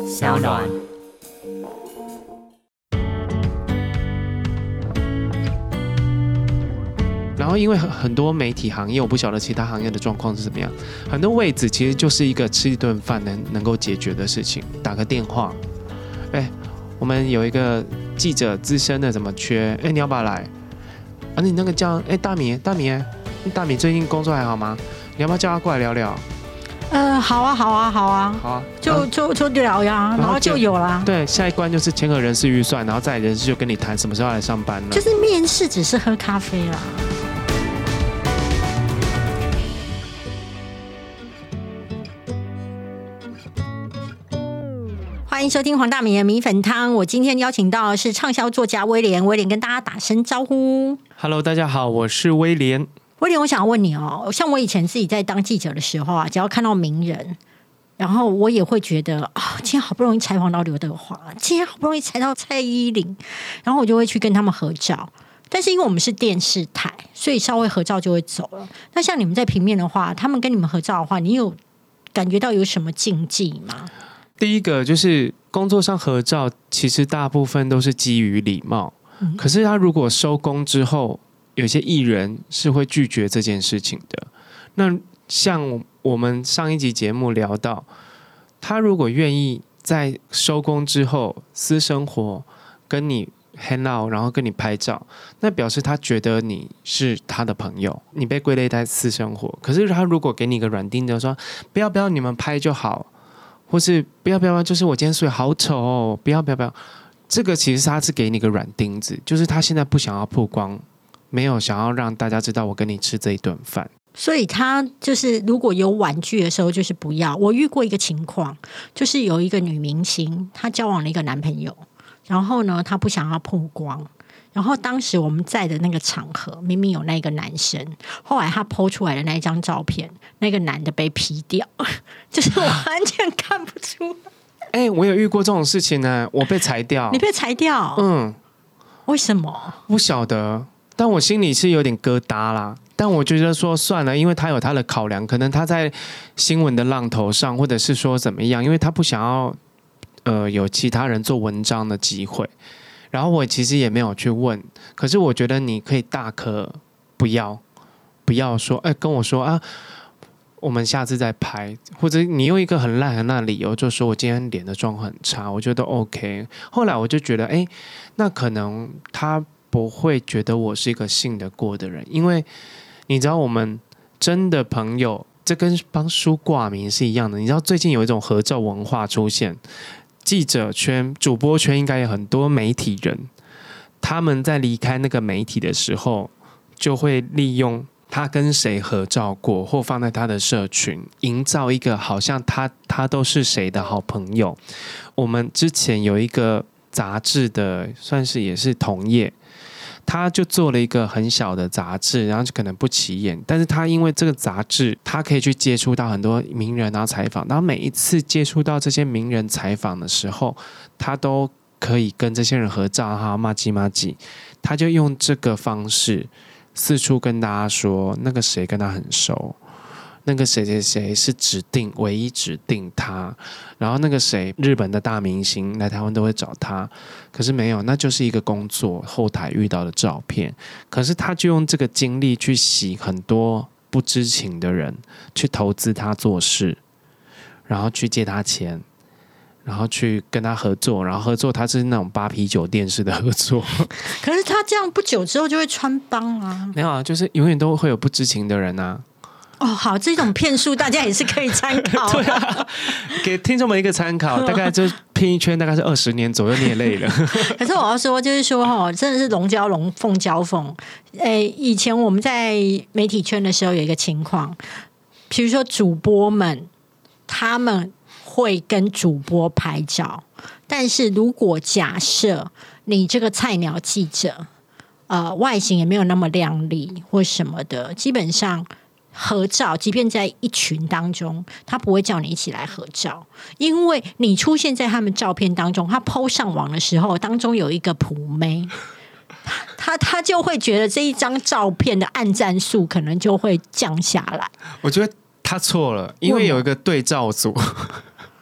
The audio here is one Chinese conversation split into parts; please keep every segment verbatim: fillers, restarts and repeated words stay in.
小暖。 然后因为很多媒体行业，我不晓得其他行业的状况是怎么样，很多位置其实就是一个吃一顿饭能能够解决的事情，打个电话，哎，我们有一个记者资深的怎么缺，哎，你要不要来？啊，你那个叫哎大米大米大米最近工作还好吗？你要不要叫他过来聊聊？ 呃，好啊，好啊，好啊， 好啊， 就就就聊呀，然后就有啦。 对，下一关就是签合人事预算，然后再人事就跟你谈什么时候来上班了。 就是面试只是喝咖啡啦。欢迎收听黄大米的米粉汤。我今天邀请到的是畅销作家威廉，威廉跟大家打声招呼。 Hello， 大家好，我是威廉。 威廉，我想要问你哦，像我以前自己在当记者的时候啊，只要看到名人，然后我也会觉得啊、哦，今天好不容易采访到刘德华，今天好不容易采到蔡依林，然后我就会去跟他们合照。但是因为我们是电视台，所以稍微合照就会走了。那像你们在平面的话，他们跟你们合照的话，你有感觉到有什么禁忌吗？ 第一个就是工作上合照，其实大部分都是基于礼貌。嗯、可是他如果收工之后，有些艺人是会拒绝这件事情的。那像我们上一集节目聊到，他如果愿意在收工之后私生活跟你 hang out， 然后跟你拍照，那表示他觉得你是他的朋友，你被归类在私生活。可是他如果给你一个软钉子，说不要不要，你们拍就好，或是不要不要，就是我今天睡好丑哦，不要不要不要，这个其实他是给你个软钉子，就是他现在不想要曝光。没有想要让大家知道我跟你吃这一顿饭， 所以他就是如果有婉拒的时候，就是不要。我遇过一个情况，就是有一个女明星，她交往了一个男朋友，然后呢，她不想要曝光。然后当时我们在的那个场合，明明有那个男生，后来他 po 出来的那一张照片，那个男的被 P 掉，就是我完全看不出来。 哎、欸，我有遇过这种事情呢，我被裁掉。 你被裁掉？嗯，为什么？ 不晓得。但我心里是有点疙瘩啦，但我觉得说算了，因为他有他的考量，可能他在新闻的浪头上，或者是说怎么样，因为他不想要呃有其他人做文章的机会。然后我其实也没有去问，可是我觉得你可以大可不要不要说，哎，跟我说啊，我们下次再拍，或者你用一个很烂很烂的理由，就说我今天脸的状况很差，我觉得 OK。后来我就觉得，哎，那可能他不会觉得我是一个信得过的人，因为你知道我们真的朋友，这跟帮书挂名是一样的。你知道最近有一种合照文化出现，记者圈、主播圈应该有很多媒体人，他们在离开那个媒体的时候，就会利用他跟谁合照过，或放在他的社群，营造一个好像他他都是谁的好朋友。我们之前有一个杂志的，算是也是同业。他就做了一个很小的杂志，然后就可能不起眼，但是他因为这个杂志，他可以去接触到很多名人，然后采访，然后每一次接触到这些名人采访的时候，他都可以跟这些人合照，哈，麻吉麻吉，他就用这个方式四处跟大家说，那个谁跟他很熟。那个谁谁谁是指定唯一指定他，然后那个谁日本的大明星来台湾都会找他，可是没有，那就是一个工作后台遇到的照片。可是他就用这个精力去洗很多不知情的人，去投资他做事，然后去借他钱，然后去跟他合作，然后合作他是那种八啤酒店式的合作。 可是他这样不久之后就会穿帮啊？ 没有啊，就是永远都会有不知情的人啊。 哦，好，这种骗术大家也是可以参考、啊。 对啊，给听众们一个参考，大概就骗一圈，大概是二十年左右，你也累了。 可是我要说，就是说哈，真的是龙交龙，凤交凤。诶，以前我们在媒体圈的时候有一个情况，比如说主播们他们会跟主播拍照，但是如果假设你这个菜鸟记者，呃，外形也没有那么靓丽或什么的，基本上。合照，即便在一群当中，他不会叫你一起来合照，因为你出现在他们照片当中，他 po 上网的时候，当中有一个普妹，他他就会觉得这一张照片的按赞数可能就会降下来。 我觉得他错了，因为有一个对照组。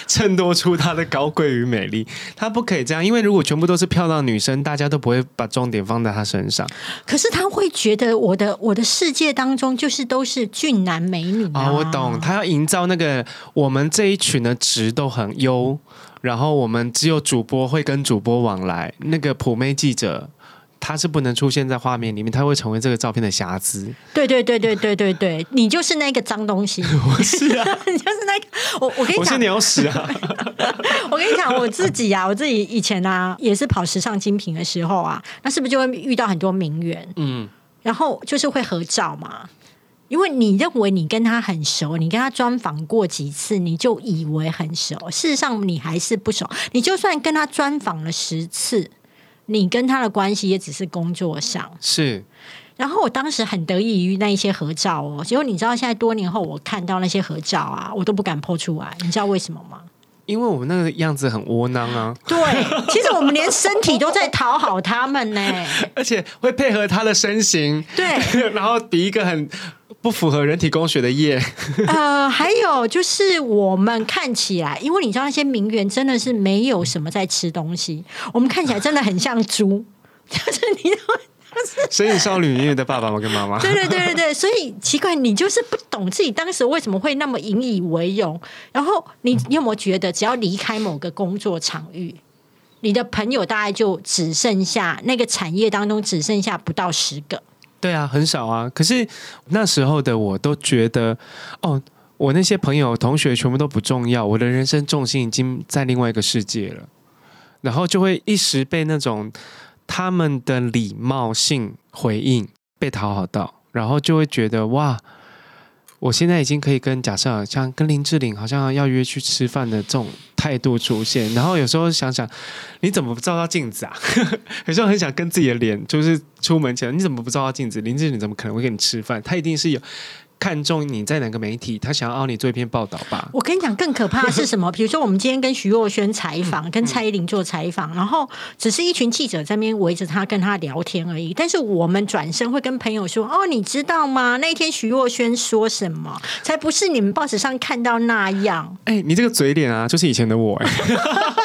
衬托出她的高贵与美丽。她不可以这样，因为如果全部都是漂亮女生，大家都不会把重点放在她身上。 可是她会觉得我的我的世界当中就是都是俊男美女啊！ 哦，我懂，她要营造那个我们这一群的值都很优，然后我们只有主播会跟主播往来，那个普妹记者。他是不能出现在画面里面，他会成为这个照片的瑕疵。 对对对对对对对，你就是那个脏东西。 我是啊， 你就是那个我我跟你讲， 我是鸟屎啊！ 我跟你讲，我自己啊，我自己以前啊也是跑时尚精品的时候啊，那是不是就会遇到很多名媛？嗯，然后就是会合照嘛。因为你认为你跟他很熟，你跟他专访过几次，你就以为很熟，事实上你还是不熟。你就算跟他专访了十次。你跟他的关系也只是工作上是， 然后我当时很得意于那一些合照哦，结果你知道现在多年后我看到那些合照啊，我都不敢 po 出来，你知道为什么吗？ 因为我们那个样子很窝囊啊。 对，其实我们连身体都在讨好他们呢， 而且会配合他的身形， 对， 然后比一个很不符合人体工学的耶。 呃，还有就是我们看起来，因为你知道那些名媛真的是没有什么在吃东西，我们看起来真的很像猪，就是你知道。 神隐少女里的爸爸吗？跟妈妈？ 对对对对对，所以奇怪，你就是不懂自己当时为什么会那么引以为荣。然后你你有没有觉得，只要离开某个工作场域，你的朋友大概就只剩下那个产业当中只剩下不到十个？ 对啊，很少啊。可是那时候的我都觉得，哦，我那些朋友同学全部都不重要，我的人生重心已经在另外一个世界了，然后就会一时被那种。他们的礼貌性回应被讨好到，然后就会觉得哇，我现在已经可以跟假设像跟林志玲好像要约去吃饭的这种态度出现，然后有时候想想你怎么不照照镜子啊？有时候很想跟自己的脸，就是出门前你怎么不照照镜子？林志玲怎么可能会跟你吃饭？他一定是有。看中你在哪个媒体，他想要你做一篇报道吧。 我跟你讲，更可怕的是什么？比如说，我们今天跟徐若瑄采访，跟蔡依林做采访，然后只是一群记者在那边围着他跟他聊天而已。但是我们转身会跟朋友说：“哦，你知道吗？那一天徐若瑄说什么？才不是你们报纸上看到那样。” 哎、欸，你这个嘴脸啊，就是以前的我哎、欸。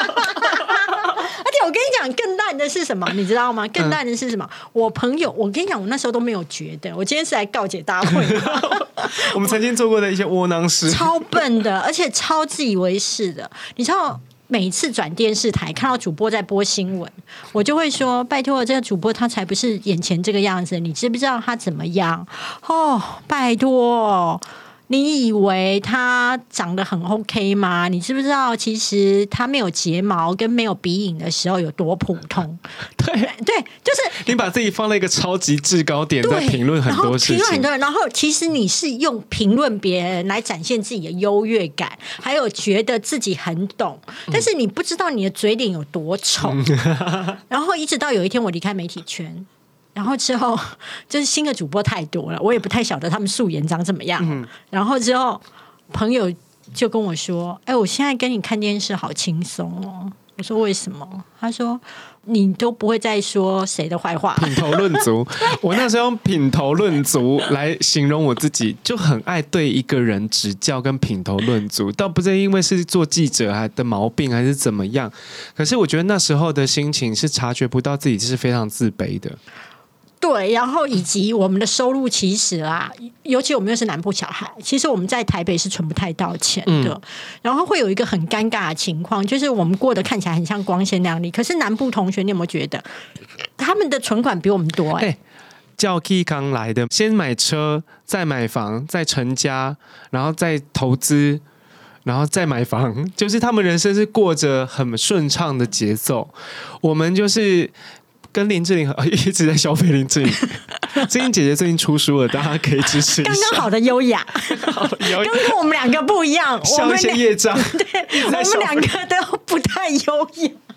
我跟你讲，更烂的是什么？你知道吗？更烂的是什么？嗯、我朋友，我跟你讲，我那时候都没有觉得。我今天是来告解大会的。 我们曾经做过的一些窝囊事， 超笨的，而且超自以为是的。你知道，每次转电视台看到主播在播新闻，我就会说：“拜托，这个主播他才不是眼前这个样子，你知不知道他怎么样？”哦，拜托。你以为他长得很 OK 吗？你知不知道其实他没有睫毛跟没有鼻影的时候有多普通？ 对对，就是你把自己放在一个超级制高点，在评论很多事情， 评论很多人，然后其实你是用评论别人来展现自己的优越感，还有觉得自己很懂，但是你不知道你的嘴脸有多丑。嗯、然后一直到有一天我离开媒体圈。然后之后就是新的主播太多了，我也不太晓得他们素颜长怎么样。嗯、然后之后朋友就跟我说：“哎，我现在跟你看电视好轻松哦。”我说：“为什么？”他说：“你都不会再说谁的坏话。” 品头论足，我那时候用品头论足来形容我自己，就很爱对一个人指教跟品头论足，倒不是因为是做记者还的毛病还是怎么样，可是我觉得那时候的心情是察觉不到自己是非常自卑的。 对，然后以及我们的收入其实啊，尤其我们又是南部小孩，其实我们在台北是存不太到钱的。嗯、然后会有一个很尴尬的情况，就是我们过得看起来很像光鲜亮丽，可是南部同学，你有没有觉得他们的存款比我们多、欸？哎、欸， 叫 K 康来的，先买车，再买房，再成家，然后再投资。然后再买房，就是他们人生是过着很顺畅的节奏，我们就是跟林志玲一直在消费林志玲。志玲姐姐最近出书了，大家可以支持一下。 刚刚好的优雅，刚刚我们两个不一样， 消一些业障。 对，我们两个都不太优雅。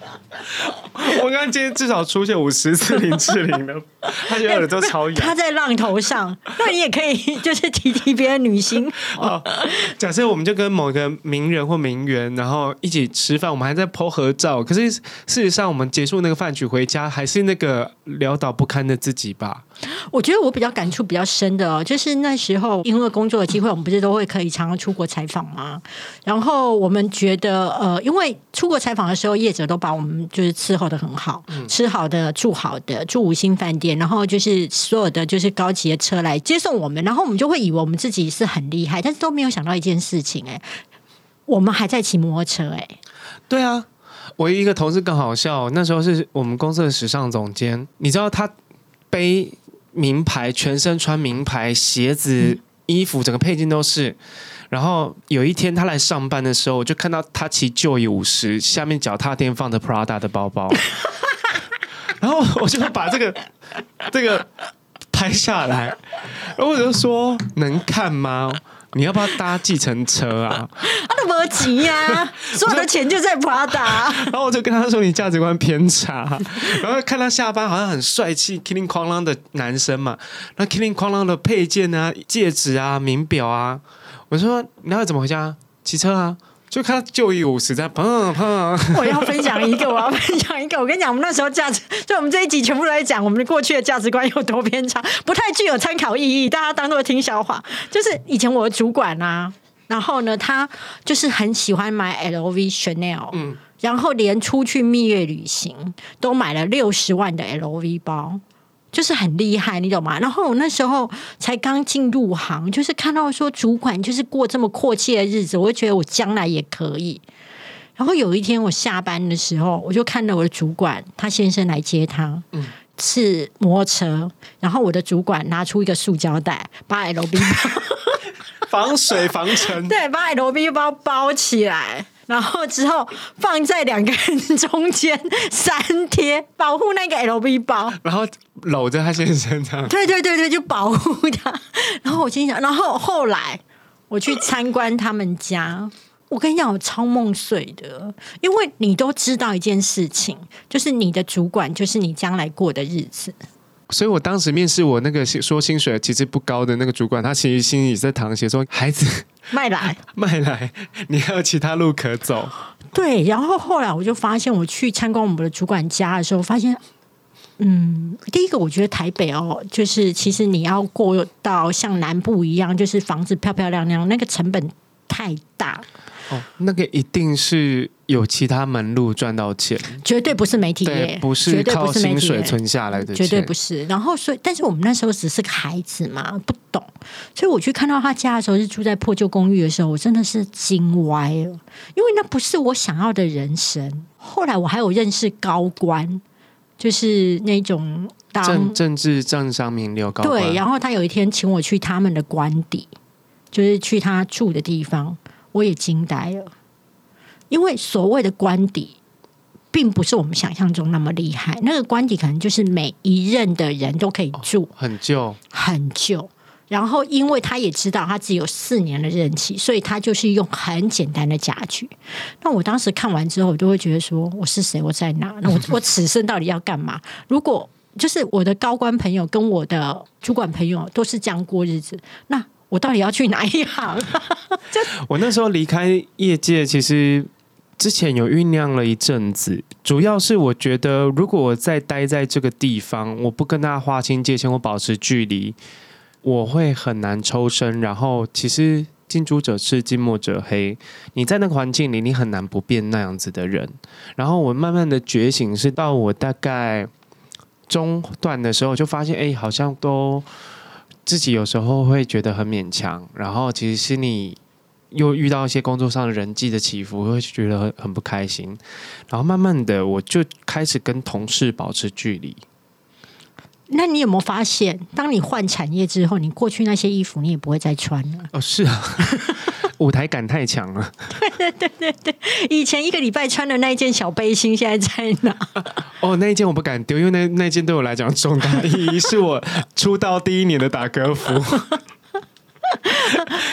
我刚刚今天至少出现五十次林志玲了，他觉得耳朵超痒。 他在浪头上，那你也可以就是提提别的女星。 哦，假设我们就跟某个名人或名媛，然后一起吃饭，我们还在 po 合照，可是事实上我们结束那个饭局回家，还是那个潦倒不堪的自己吧。 我觉得我比较感触比较深的哦，就是那时候因为工作的机会，我们不是都会可以常常出国采访吗？然后我们觉得呃，因为出国采访的时候，业者都把我们就是伺候的很好，嗯、吃好的、住好的、住五星饭店，然后就是所有的就是高级的车来接送我们，然后我们就会以为我们自己是很厉害，但是都没有想到一件事情、欸，哎，我们还在骑摩托车、欸，哎， 对啊。我一个同事更好笑，那时候是我们公司的时尚总监，你知道他背名牌，全身穿名牌，鞋子、衣服，整个配件都是。然后有一天他来上班的时候，我就看到他骑就椅五十，下面脚踏垫放着 Prada 的包包，然后我就把这个这个拍下来，然后我就说能看吗？你要不要搭计程车啊？ 他都没钱呀，所有的钱就在 Prada。 然后我就跟他说：“你价值观偏差。”然后看他下班好像很帅气 ，Killing 哐啷的男生嘛，那 Killing 哐啷的配件啊、戒指啊、名表啊，我说：“你要怎么回家？骑车啊？”就看他就椅五十在砰砰。 我要分享一个，我要分享一个。我跟你讲，我们那时候价值，就我们这一集全部都在讲我们过去的价值观有多偏差，不太具有参考意义，大家当做听笑话。就是以前我的主管啊，然后呢，他就是很喜欢买 L V、Chanel， 嗯，然后连出去蜜月旅行都买了六十万的 L V 包。就是很厉害，你懂吗？然后我那时候才刚进入行，就是看到说主管就是过这么阔气的日子，我就觉得我将来也可以。然后有一天我下班的时候，我就看到我的主管他先生来接他，嗯，是摩托车，然后我的主管拿出一个塑胶袋，把 L V 包防水防尘， 对，把 L V 包包起来。然后之后放在两个人中间三贴，保护那个 L V 包， 然后搂着他先生这样。 对对对对，就保护他。然后我心想，然后后来我去参观他们家，我跟你讲，我超梦碎的，因为你都知道一件事情，就是你的主管就是你将来过的日子。 所以我当时面试我那个说薪水其实不高的那个主管，他其实心里在淌血说：“孩子， 卖来卖来，你还有其他路可走。” 对，然后后来我就发现，我去参观我们的主管家的时候，发现，嗯，第一个我觉得台北哦，就是其实你要过到像南部一样，就是房子漂漂亮亮，那个成本太大。 哦，那个一定是有其他门路赚到钱， 绝对不是媒体业， 不是靠薪水存下来的钱， 绝对不是。然后所以，但是我们那时候只是个孩子嘛，不懂，所以我去看到他家的时候，是住在破旧公寓的时候，我真的是惊歪了，因为那不是我想要的人生。后来我还有认识高官，就是那种当政政治政商名流高官， 对。然后他有一天请我去他们的官邸，就是去他住的地方。我也惊呆了，因为所谓的官邸并不是我们想象中那么厉害，那个官邸可能就是每一任的人都可以住，哦、 很旧很旧。然后因为他也知道他只有四年的任期，所以他就是用很简单的家具。那我当时看完之后，我就会觉得说，我是谁？我在哪？那我我此生到底要干嘛？如果就是我的高官朋友跟我的主管朋友都是这样过日子，那我到底要去哪一行？ 我那时候离开业界，其实之前有酝酿了一阵子，主要是我觉得，如果我再待在这个地方，我不跟大家划清界限或保持距离，我会很难抽身。然后，其实近朱者赤，近墨者黑，你在那个环境里，你很难不变那样子的人。然后我慢慢的觉醒，是到我大概中段的时候，就发现，哎，好像都。自己有时候会觉得很勉强，然后其实心里又遇到一些工作上的人际的起伏，会觉得 很, 很不开心。然后慢慢的，我就开始跟同事保持距离。 那你有没有发现，当你换产业之后，你过去那些衣服你也不会再穿了？ 哦，是啊，舞台感太强了。 对对对对对，以前一个礼拜穿的那一件小背心，现在在哪？ 哦，那一件我不敢丢，因为那那一件对我来讲重大意义，是我出道第一年的打歌服。 好，那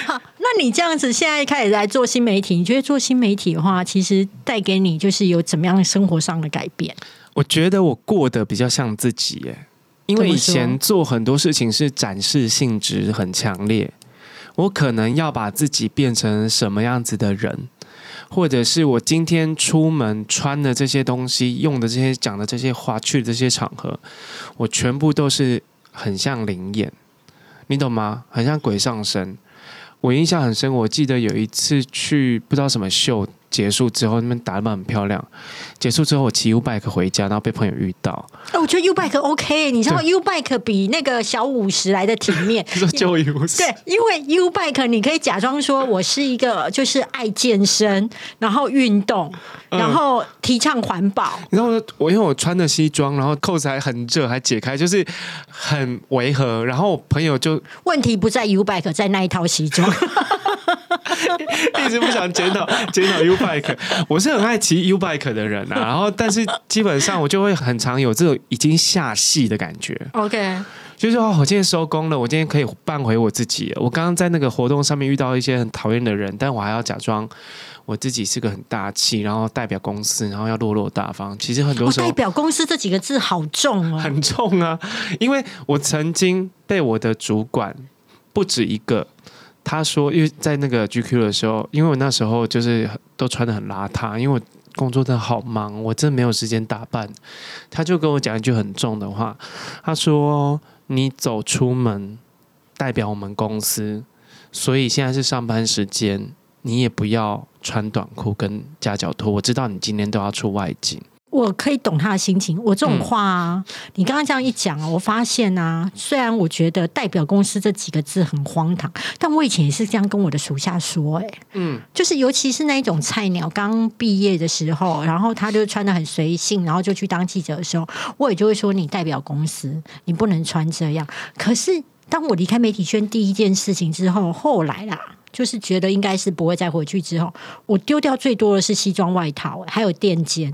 那你这样子现在开始来做新媒体，你觉得做新媒体的话，其实带给你就是有怎么样生活上的改变？ 我觉得我过得比较像自己耶，因为以前做很多事情是展示性质很强烈，我可能要把自己变成什么样子的人，或者是我今天出门穿的这些东西，用的这些讲的这些话，去的这些场合，我全部都是很像灵眼，你懂吗？很像鬼上身。我印象很深，我记得有一次去不知道什么秀结束之后，那边打扮很漂亮。结束之后，我骑 U-Bike 回家，然后被朋友遇到。 哦、我觉得 U-Bike OK， 你知道 U-Bike 比那个小五十来的体面。 你说旧 U 十？ 对，因为 U-Bike 你可以假装说我是一个就是爱健身，然后运动，然后提倡环保。 然后我因为我穿的西装，然后扣子还很热，还解开，就是很违和。然后我朋友就问题不在 U-Bike， 在那一套西装。 一直不想检讨检讨 U-Bike， 我是很爱骑 U-Bike 的人啊，然后但是基本上我就会很常有这种已经下戏的感觉。 OK， 就是说、哦、我今天收工了，我今天可以扮回我自己了。我刚刚在那个活动上面遇到一些很讨厌的人，但我还要假装我自己是个很大气，然后代表公司，然后要落落大方。其实很多时候、 哦、代表公司这几个字好重哦， 很重啊，因为我曾经被我的主管不止一个。他说，因为在那个 G Q 的时候，因为我那时候就是都穿得很邋遢，因为我工作真的好忙，我真的没有时间打扮。他就跟我讲一句很重的话，他说：“你走出门代表我们公司，所以现在是上班时间，你也不要穿短裤跟夹脚拖。我知道你今天都要出外景。” 我可以懂他的心情。我这种话啊，嗯、你刚刚这样一讲，我发现啊，虽然我觉得代表公司这几个字很荒唐，但我以前也是这样跟我的属下说、欸，哎，嗯，就是尤其是那一种菜鸟刚毕业的时候，然后他就穿得很随性，然后就去当记者的时候，我也就会说你代表公司，你不能穿这样。可是当我离开媒体圈第一件事情之后，后来啦。就是觉得应该是不会再回去之后，我丢掉最多的是西装外套，还有垫肩。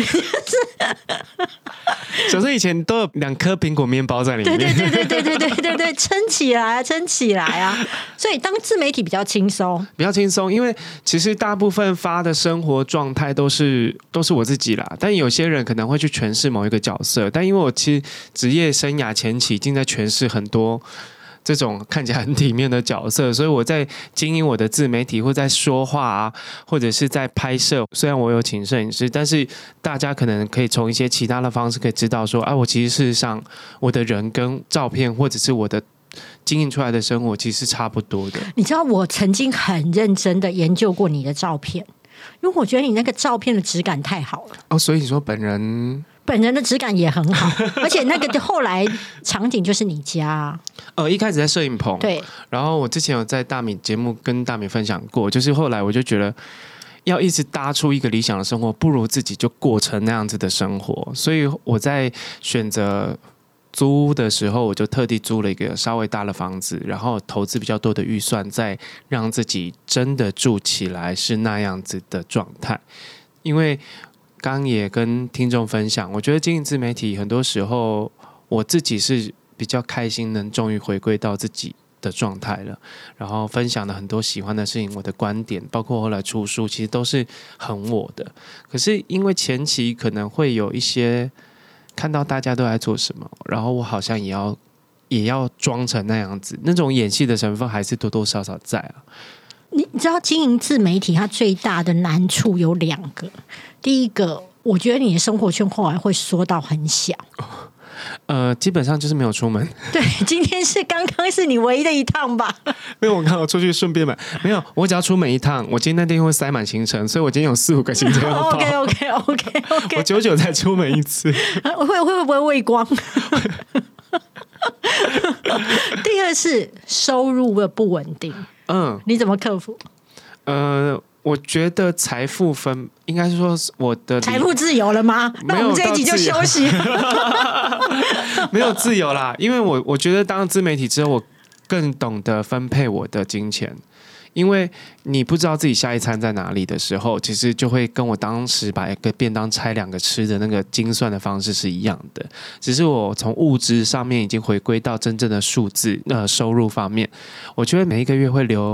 小时候以前都有两颗苹果面包在里面， 对对对对对对对对对，撑起来啊，撑起来啊！所以当自媒体比较轻松， 比较轻松，因为其实大部分发的生活状态都是都是我自己啦。但有些人可能会去诠释某一个角色，但因为我其实职业生涯前期已经在诠释很多。这种看起来很体面的角色，所以我在经营我的自媒体，或在说话啊，或者是在拍摄。虽然我有请摄影师，但是大家可能可以从一些其他的方式可以知道说，啊，我其实事实上我的人跟照片，或者是我的经营出来的生活，其实是差不多的。 你知道，我曾经很认真的研究过你的照片，因为我觉得你那个照片的质感太好了。 哦，所以你说本人。 本人的质感也很好，而且那个后来场景就是你家。 呃，一开始在摄影棚， 对。 然后我之前有在大米节目跟大米分享过，就是后来我就觉得，要一直搭出一个理想的生活，不如自己就过成那样子的生活。所以我在选择租屋的时候，我就特地租了一个稍微大的房子，然后投资比较多的预算，再让自己真的住起来是那样子的状态，因为。刚刚也跟听众分享，我觉得经营自媒体很多时候我自己是比较开心，能终于回归到自己的状态了，然后分享了很多喜欢的事情，我的观点，包括后来出书，其实都是很我的。可是因为前期可能会有一些看到大家都在做什么，然后我好像也要也要装成那样子，那种演戏的成分还是多多少少在啊。 你知道经营自媒体它最大的难处有两个，第一个，我觉得你的生活圈后来会缩到很小。 呃，基本上就是没有出门。 对，今天是刚刚是你唯一的一趟吧？ 没有，我刚好出去顺便买。没有，我只要出门一趟，我今天那天会塞满行程，所以我今天有四五个行程要跑。 OK OK OK OK。 我久久才出门一次。 会会会不会畏光？第二是收入的不稳定。嗯，你怎么克服？ 呃，我觉得财富分应该说我的财富自由了吗？那我们这一集就休息。 没有自由啦，因为我我觉得当自媒体之后，我更懂得分配我的金钱。因为你不知道自己下一餐在哪里的时候，其实就会跟我当时把一个便当拆两个吃的那个精算的方式是一样的，只是我从物质上面已经回归到真正的数字呃收入方面。我觉得每一个月会留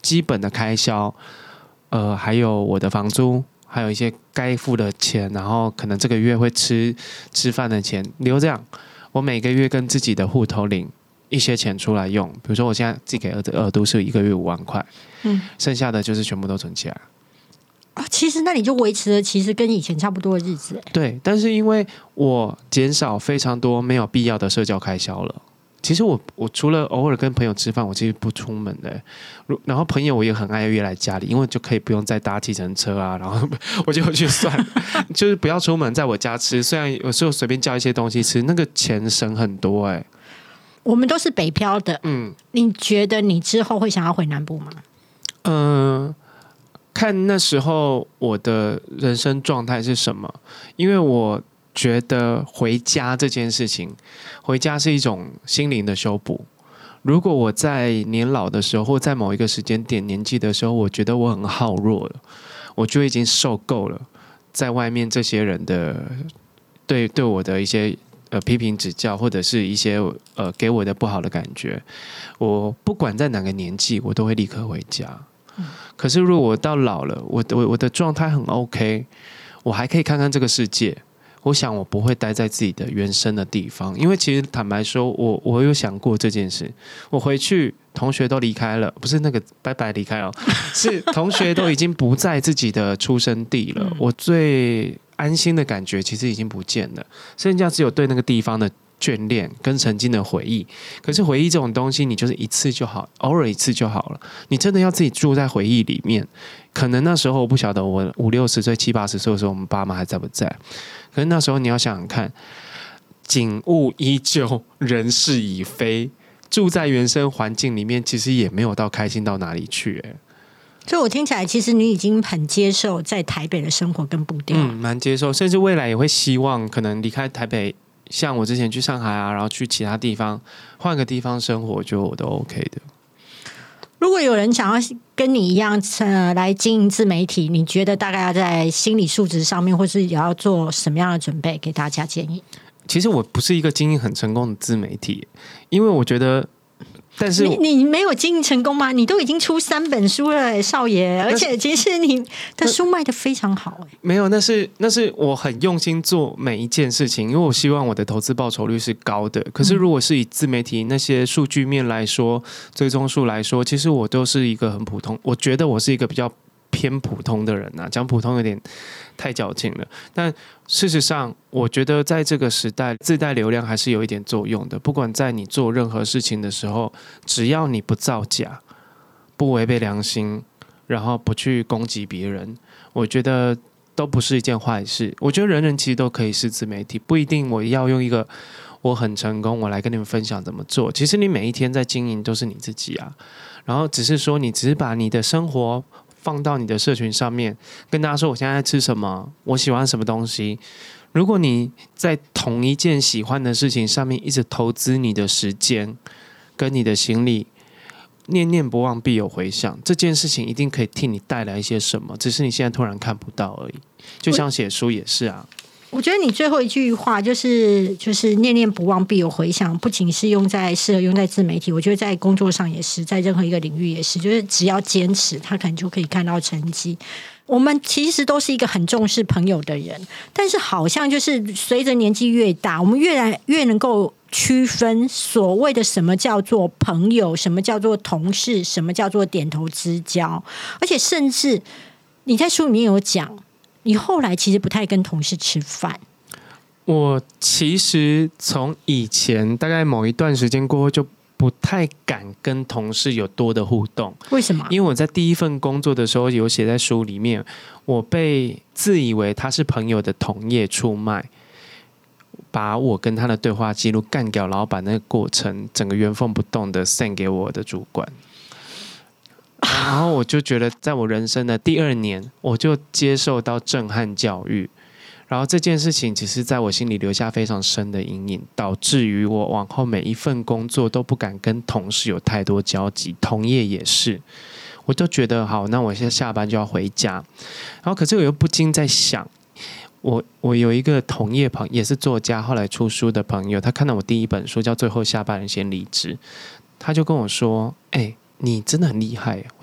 基本的开销，呃，还有我的房租，还有一些该付的钱，然后可能这个月会吃吃饭的钱留这样，我每个月跟自己的户头领一些钱出来用，比如说我现在自己给儿子额度是一个月五万块，嗯，剩下的就是全部都存起来。 哦，其实那你就维持了其实跟以前差不多的日子。 对，但是因为我减少非常多没有必要的社交开销了。其实我我除了偶尔跟朋友吃饭，我其实不出门的。然后朋友我也很爱约来家里，因为就可以不用再搭计程车啊。然后我就去算，就是不要出门，在我家吃。虽然有时候随便叫一些东西吃，那个钱省很多哎、欸。 我们都是北漂的，嗯，你觉得你之后会想要回南部吗？ 嗯、呃。看那时候我的人生状态是什么，因为我觉得回家这件事情，回家是一种心灵的修补。如果我在年老的时候，或在某一个时间点年纪的时候，我觉得我很耗弱了，我就已经受够了在外面这些人的对对我的一些呃批评指教，或者是一些呃给我的不好的感觉，我不管在哪个年纪，我都会立刻回家。可是如果我到老了，我的我的状态很 OK， 我还可以看看这个世界。我想我不会待在自己的原生的地方，因为其实坦白说，我我有想过这件事。我回去，同学都离开了，不是那个拜拜离开哦，是同学都已经不在自己的出生地了。我最安心的感觉其实已经不见了，剩下只有对那个地方的眷恋跟曾经的回忆。可是回忆这种东西，你就是一次就好，偶尔一次就好了。你真的要自己住在回忆里面，可能那时候我不晓得，我五六十岁、七八十岁的时候，我们爸妈还在不在？可是那时候你要想想看，景物依旧，人事已非，住在原生环境里面，其实也没有到开心到哪里去、欸。 所以我听起来，其实你已经很接受在台北的生活跟步调， 嗯，蛮接受，甚至未来也会希望可能离开台北。像我之前去上海啊，然后去其他地方，换个地方生活，就我都 OK 的。 如果有人想要跟你一样呃来经营自媒体，你觉得大概要在心理素质上面，或是也要做什么样的准备？给大家建议。 其实我不是一个经营很成功的自媒体，因为我觉得。但是你你没有经营成功吗？你都已经出三本书了，少爷，而且其实你的书卖得非常好。 没有，那是那是我很用心做每一件事情，因为我希望我的投资报酬率是高的。可是如果是以自媒体那些数据面来说，追踪数来说，其实我都是一个很普通，我觉得我是一个比较偏普通的人啊，讲普通有点太矫情了。但事实上，我觉得在这个时代，自带流量还是有一点作用的。不管在你做任何事情的时候，只要你不造假、不违背良心，然后不去攻击别人，我觉得都不是一件坏事。我觉得人人其实都可以是自媒体，不一定我要用一个我很成功，我来跟你们分享怎么做。其实你每一天在经营都是你自己啊，然后只是说你只是把你的生活放到你的社群上面，跟大家说我现在在吃什么，我喜欢什么东西。如果你在同一件喜欢的事情上面一直投资你的时间跟你的心力，念念不忘必有回响，这件事情一定可以替你带来一些什么，只是你现在突然看不到而已。就像写书也是啊。 我觉得你最后一句话就是就是念念不忘必有回响，不仅是用在适合用在自媒体，我觉得在工作上也是，在任何一个领域也是，就是只要坚持，他可能就可以看到成绩。我们其实都是一个很重视朋友的人，但是好像就是随着年纪越大，我们越来越能够区分所谓的什么叫做朋友，什么叫做同事，什么叫做点头之交，而且甚至你在书里面有讲。你后来其实不太跟同事吃饭。 我其实从以前大概某一段时间过后，就不太敢跟同事有多的互动。 为什么？ 因为我在第一份工作的时候有写在书里面，我被自以为他是朋友的同业出卖，把我跟他的对话记录干掉老板那个过程，整个原封不动的 send 给我的主管。然后我就觉得，在我人生的第二年，我就接受到震撼教育。然后这件事情其实在我心里留下非常深的阴影，导致于我往后每一份工作都不敢跟同事有太多交集，同业也是。我都觉得好，那我现在下班就要回家。然后可是我又不禁在想，我我有一个同业朋友，也是作家，后来出书的朋友，他看到我第一本书叫《最后下班人先离职》，他就跟我说：“哎、欸。”你真的很厉害。我说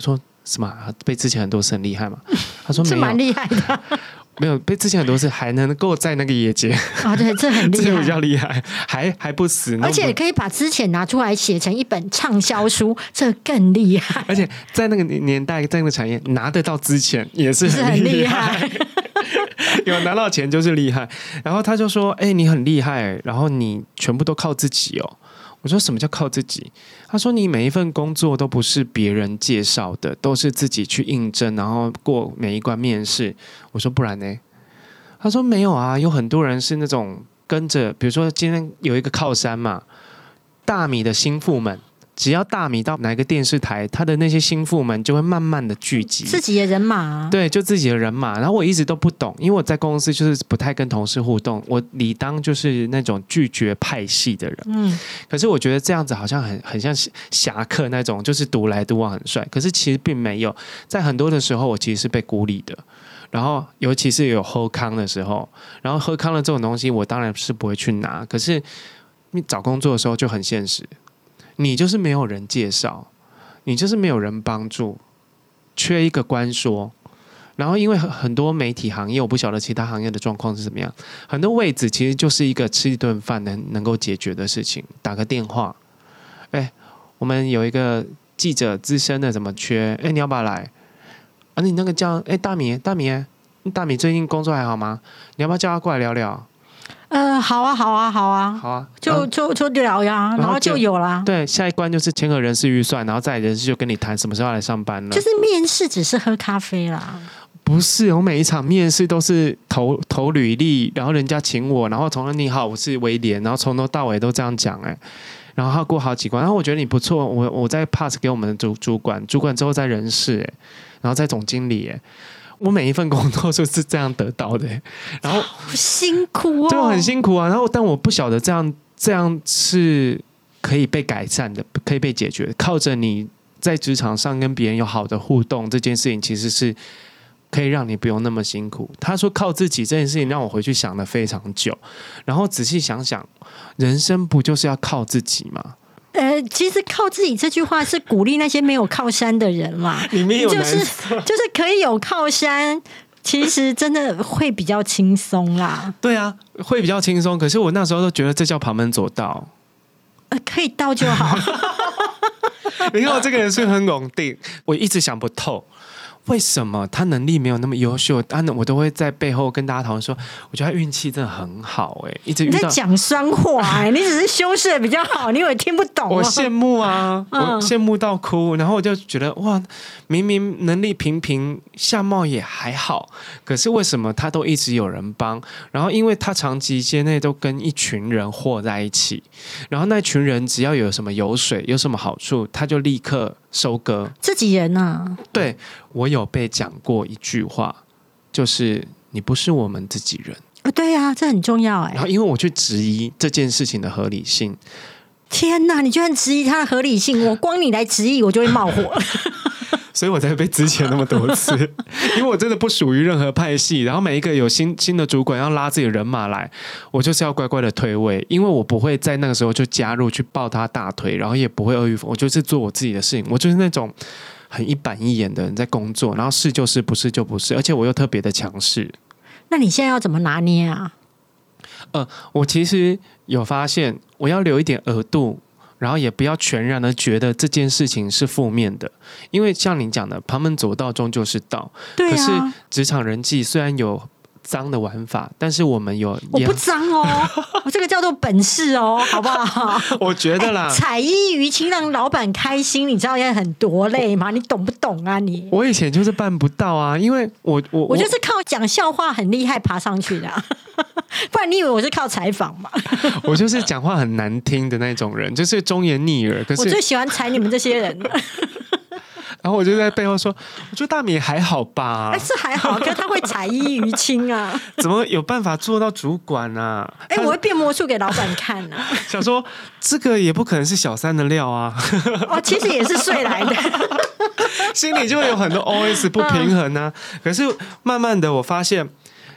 什么、啊、被之前很多事很厉害嘛？他说没有， 是蛮厉害的。 没有被之前很多事还能够在那个业界啊，对，这很厉害， 这比较厉害，还还不死， 而且可以把之前拿出来写成一本畅销书，这更厉害。 而且在那个年代，在那个产业拿得到之前也是很厉害， 是很厉害有拿到钱就是厉害。然后他就说：“哎、欸，你很厉害，然后你全部都靠自己哦。”我说什么叫靠自己？他说你每一份工作都不是别人介绍的，都是自己去应征，然后过每一关面试。我说不然呢？他说没有啊，有很多人是那种跟着，比如说今天有一个靠山嘛，大米的心腹们。只要大米到哪个电视台，他的那些心腹们就会慢慢的聚集自己的人马、啊， 对，就自己的人马。然后我一直都不懂，因为我在公司就是不太跟同事互动，我理当就是那种拒绝派系的人。嗯，可是我觉得这样子好像很很像侠客那种，就是独来独往很帅。可是其实并没有，在很多的时候我其实是被孤立的。然后尤其是有喝康的时候，然后喝康的这种东西，我当然是不会去拿。可是你找工作的时候就很现实。你就是没有人介绍，你就是没有人帮助，缺一个官说。然后因为很多媒体行业，我不晓得其他行业的状况是怎么样，很多位置其实就是一个吃一顿饭能能够解决的事情，打个电话，哎，我们有一个记者资深的怎么缺？哎，你要不要来？啊，你那个叫哎大米大米大米最近工作还好吗？你要不要叫他过来聊聊？ 呃，好啊，好啊，好啊， 好啊， 就就就聊呀，然后就有啦。 对，下一关就是签合人事预算，然后再人事就跟你谈什么时候来上班了。 就是面试只是喝咖啡啦。 不是，我每一场面试都是投投履历，然后人家请我，然后从头你好，我是威廉，然后从头到尾都这样讲，哎，然后他过好几关，然后我觉得你不错，我我再 pass 给我们的主主管，主管之后再人事，哎，然后再总经理，哎。我每一份工作就是这样得到的，然后好辛苦哦， 对，很辛苦啊。然后，但我不晓得这样这样是可以被改善的，可以被解决的。靠着你在职场上跟别人有好的互动，这件事情其实是可以让你不用那么辛苦。他说靠自己这件事情，让我回去想了非常久，然后仔细想想，人生不就是要靠自己吗？ 呃，其实靠自己这句话是鼓励那些没有靠山的人嘛， 里面有就是就是可以有靠山，其实真的会比较轻松啦。 对啊，会比较轻松。可是我那时候都觉得这叫旁门左道， 呃，可以到就好。 你看我这个人是很稳定，我一直想不透。为什么他能力没有那么优秀？但我都会在背后跟大家讨论说，我觉得他运气真的很好哎、欸，一直遇到。 你在讲酸话哎、欸，你只是修饰的比较好，你以为听不懂、啊？ 我羡慕啊，嗯、我羡慕到哭，然后我就觉得哇，明明能力平平，相貌也还好，可是为什么他都一直有人帮？然后因为他长期间内都跟一群人和在一起，然后那群人只要有什么油水，有什么好处，他就立刻收割自己人啊。 对，我有被讲过一句话，就是你不是我们自己人。 哦、对啊，这很重要哎、欸。 然后因为我去质疑这件事情的合理性， 天哪，你居然质疑它的合理性，我光你来质疑我就会冒火。 所以我才被之前那么多次，因为我真的不属于任何派系，然后每一个有新新的主管要拉自己的人马来，我就是要乖乖的退位，因为我不会在那个时候就加入去抱他大腿，然后也不会阿谀奉承，我就是做我自己的事情，我就是那种很一板一眼的人在工作，然后是就是，不是就不是，而且我又特别的强势。 那你现在要怎么拿捏啊？ 呃，我其实有发现，我要留一点额度。然后也不要全然的觉得这件事情是负面的，因为像你讲的，旁门左道终究是道。 对啊。 可是职场人际虽然有脏的玩法，但是我们有我不脏哦，我这个叫做本事哦，好不好？ 我觉得啦， 彩衣娱亲让老板开心，你知道要很多累吗？你懂不懂啊你？ 我以前就是办不到啊，因为我我我就是靠讲笑话很厉害爬上去的、啊，不然你以为我是靠采访吗？ 我就是讲话很难听的那种人，就是忠言逆耳。可是我最喜欢踩你们这些人了。 然后我就在背后说，我觉得大米还好吧， 但是还好，可是他会彩衣娱亲啊， 怎么有办法做到主管啊？ 哎、欸，我会变魔术给老板看啊。 想说这个也不可能是小三的料啊。 哦，其实也是睡来的。 心里就会有很多 O S 不平衡啊。可是慢慢的我发现，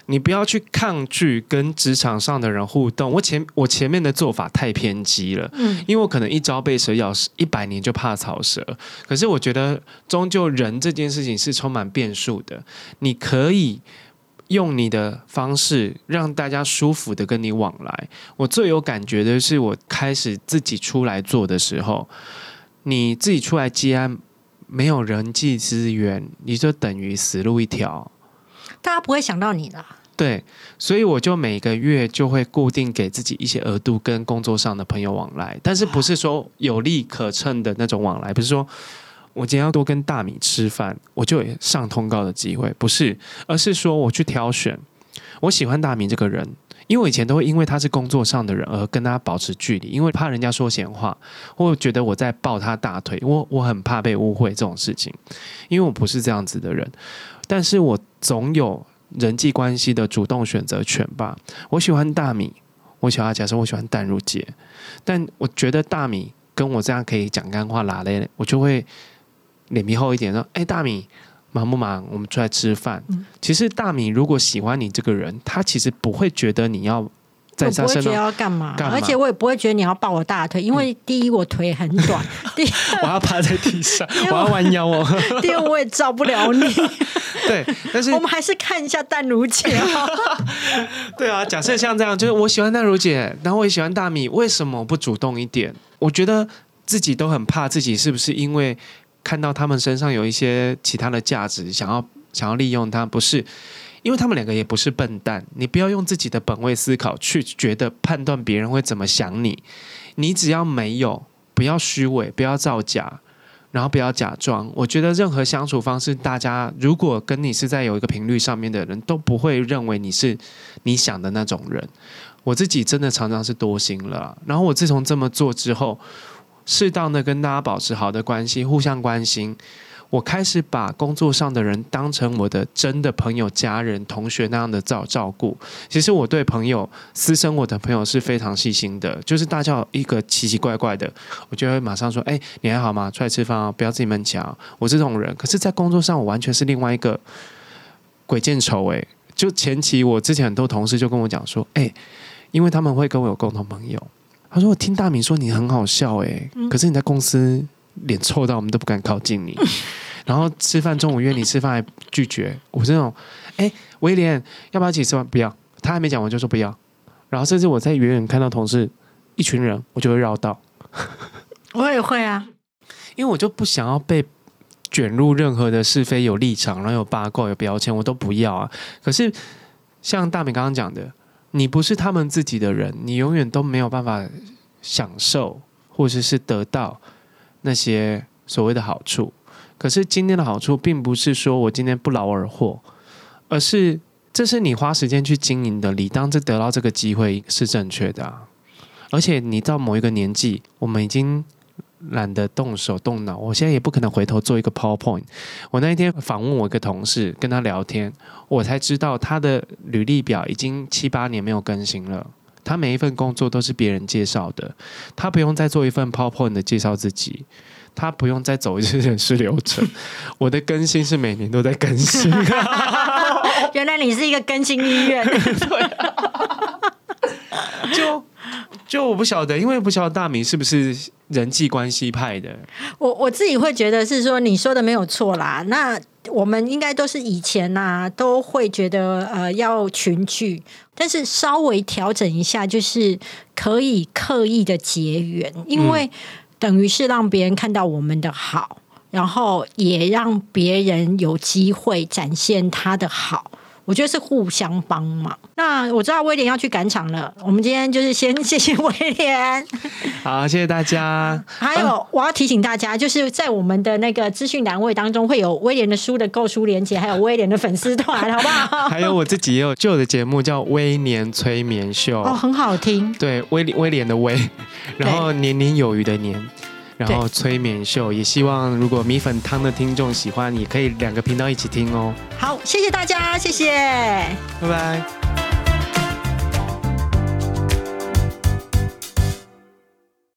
你不要去抗拒跟职场上的人互动。我前我前面的做法太偏激了，嗯，因为我可能一朝被蛇咬，一百年就怕草蛇。可是我觉得，终究人这件事情是充满变数的。你可以用你的方式让大家舒服的跟你往来。我最有感觉的是，我开始自己出来做的时候，你自己出来接案，没有人际资源，你就等于死路一条。 大家不会想到你啦。 对，所以我就每个月就会固定给自己一些额度跟工作上的朋友往来，但是不是说有利可乘的那种往来，不是说我今天要多跟大米吃饭我就有上通告的机会，不是，而是说我去挑选我喜欢大米这个人，因为我以前都会因为他是工作上的人而跟他保持距离，因为怕人家说闲话，或觉得我在抱他大腿，我我很怕被误会这种事情，因为我不是这样子的人，但是我总有人际关系的主动选择权吧。我喜欢大米，我喜欢假设我喜欢淡如姐，但我觉得大米跟我这样可以讲干话拉嘞，我就会脸皮厚一点说，哎、欸，大米忙不忙？我们出来吃饭。嗯、其实大米如果喜欢你这个人，他其实不会觉得你要在他身上， 我不会觉得要干嘛，干嘛，而且我也不会觉得你要抱我大腿，因为第一我腿很短，第二我要趴在地上，我要弯腰哦。 第二我也照不了你。 对，但是我们还是看一下淡如姐。 对啊，假设像这样，就是我喜欢淡如姐，然后我也喜欢大米，为什么不主动一点？我觉得自己都很怕自己是不是因为看到他们身上有一些其他的价值，想要想要利用他，不是。因为他们两个也不是笨蛋，你不要用自己的本位思考去觉得判断别人会怎么想你，你只要没有，不要虚伪，不要造假，然后不要假装。我觉得任何相处方式，大家如果跟你是在有一个频率上面的人，都不会认为你是你想的那种人。我自己真的常常是多心了、啊，然后我自从这么做之后，适当的跟大家保持好的关系，互相关心。我开始把工作上的人当成我的真的朋友、家人、同学那样的照照顾。其实我对朋友、私生活的朋友是非常细心的，就是大家有一个奇奇怪怪的，我就会马上说：“哎、欸，你还好吗？出来吃饭啊，不要自己闷气啊。”我是这种人，可是，在工作上我完全是另外一个鬼见愁。哎，就前期我之前很多同事就跟我讲说：“哎、欸，因为他们会跟我有共同朋友，他说我听大米说你很好笑、欸，哎、嗯，可是你在公司。”脸臭到我们都不敢靠近你，然后吃饭中午约你吃饭还拒绝，我这种，哎，威廉要不要一起吃饭？不要，他还没讲完就说不要，然后甚至我在远远看到同事一群人，我就会绕道。 我也会啊， 因为我就不想要被卷入任何的是非有立场，然后有八卦有标签，我都不要啊。可是像大美刚刚讲的，你不是他们自己的人，你永远都没有办法享受或者是得到那些所谓的好处。可是今天的好处并不是说我今天不劳而获，而是这是你花时间去经营的，理当这得到这个机会是正确的啊。而且你到某一个年纪，我们已经懒得动手动脑，我现在也不可能回头做一个 PowerPoint。 我那一天访问我一个同事，跟他聊天，我才知道他的履历表已经七八年没有更新了，他每一份工作都是别人介绍的，他不用再做一份 PowerPoint 的介绍自己，他不用再走一次人事流程。我的更新是每年都在更新。 原来你是一个更新医院。 对啊，就就我不晓得，因为不晓得大米是不是人际关系派的。 我我自己会觉得是说你说的没有错啦。那我们应该都是以前啊都会觉得呃要群聚，但是稍微调整一下，就是可以刻意的结缘，因为等于是让别人看到我们的好，然后也让别人有机会展现他的好。我觉得是互相帮忙。那我知道威廉要去赶场了，我们今天就是先谢谢威廉。 好，谢谢大家。 还有、啊、我要提醒大家，就是在我们的那个资讯栏位当中会有威廉的书的购书连结，还有威廉的粉丝团，好不好？ 还有我自己也有旧的节目叫威廉催眠秀， 哦，很好听。 对，威威廉的威，然后年年有余的年，然后催眠秀，也希望如果米粉汤的听众喜欢，也可以两个频道一起听哦。 好，谢谢大家，谢谢， 拜拜。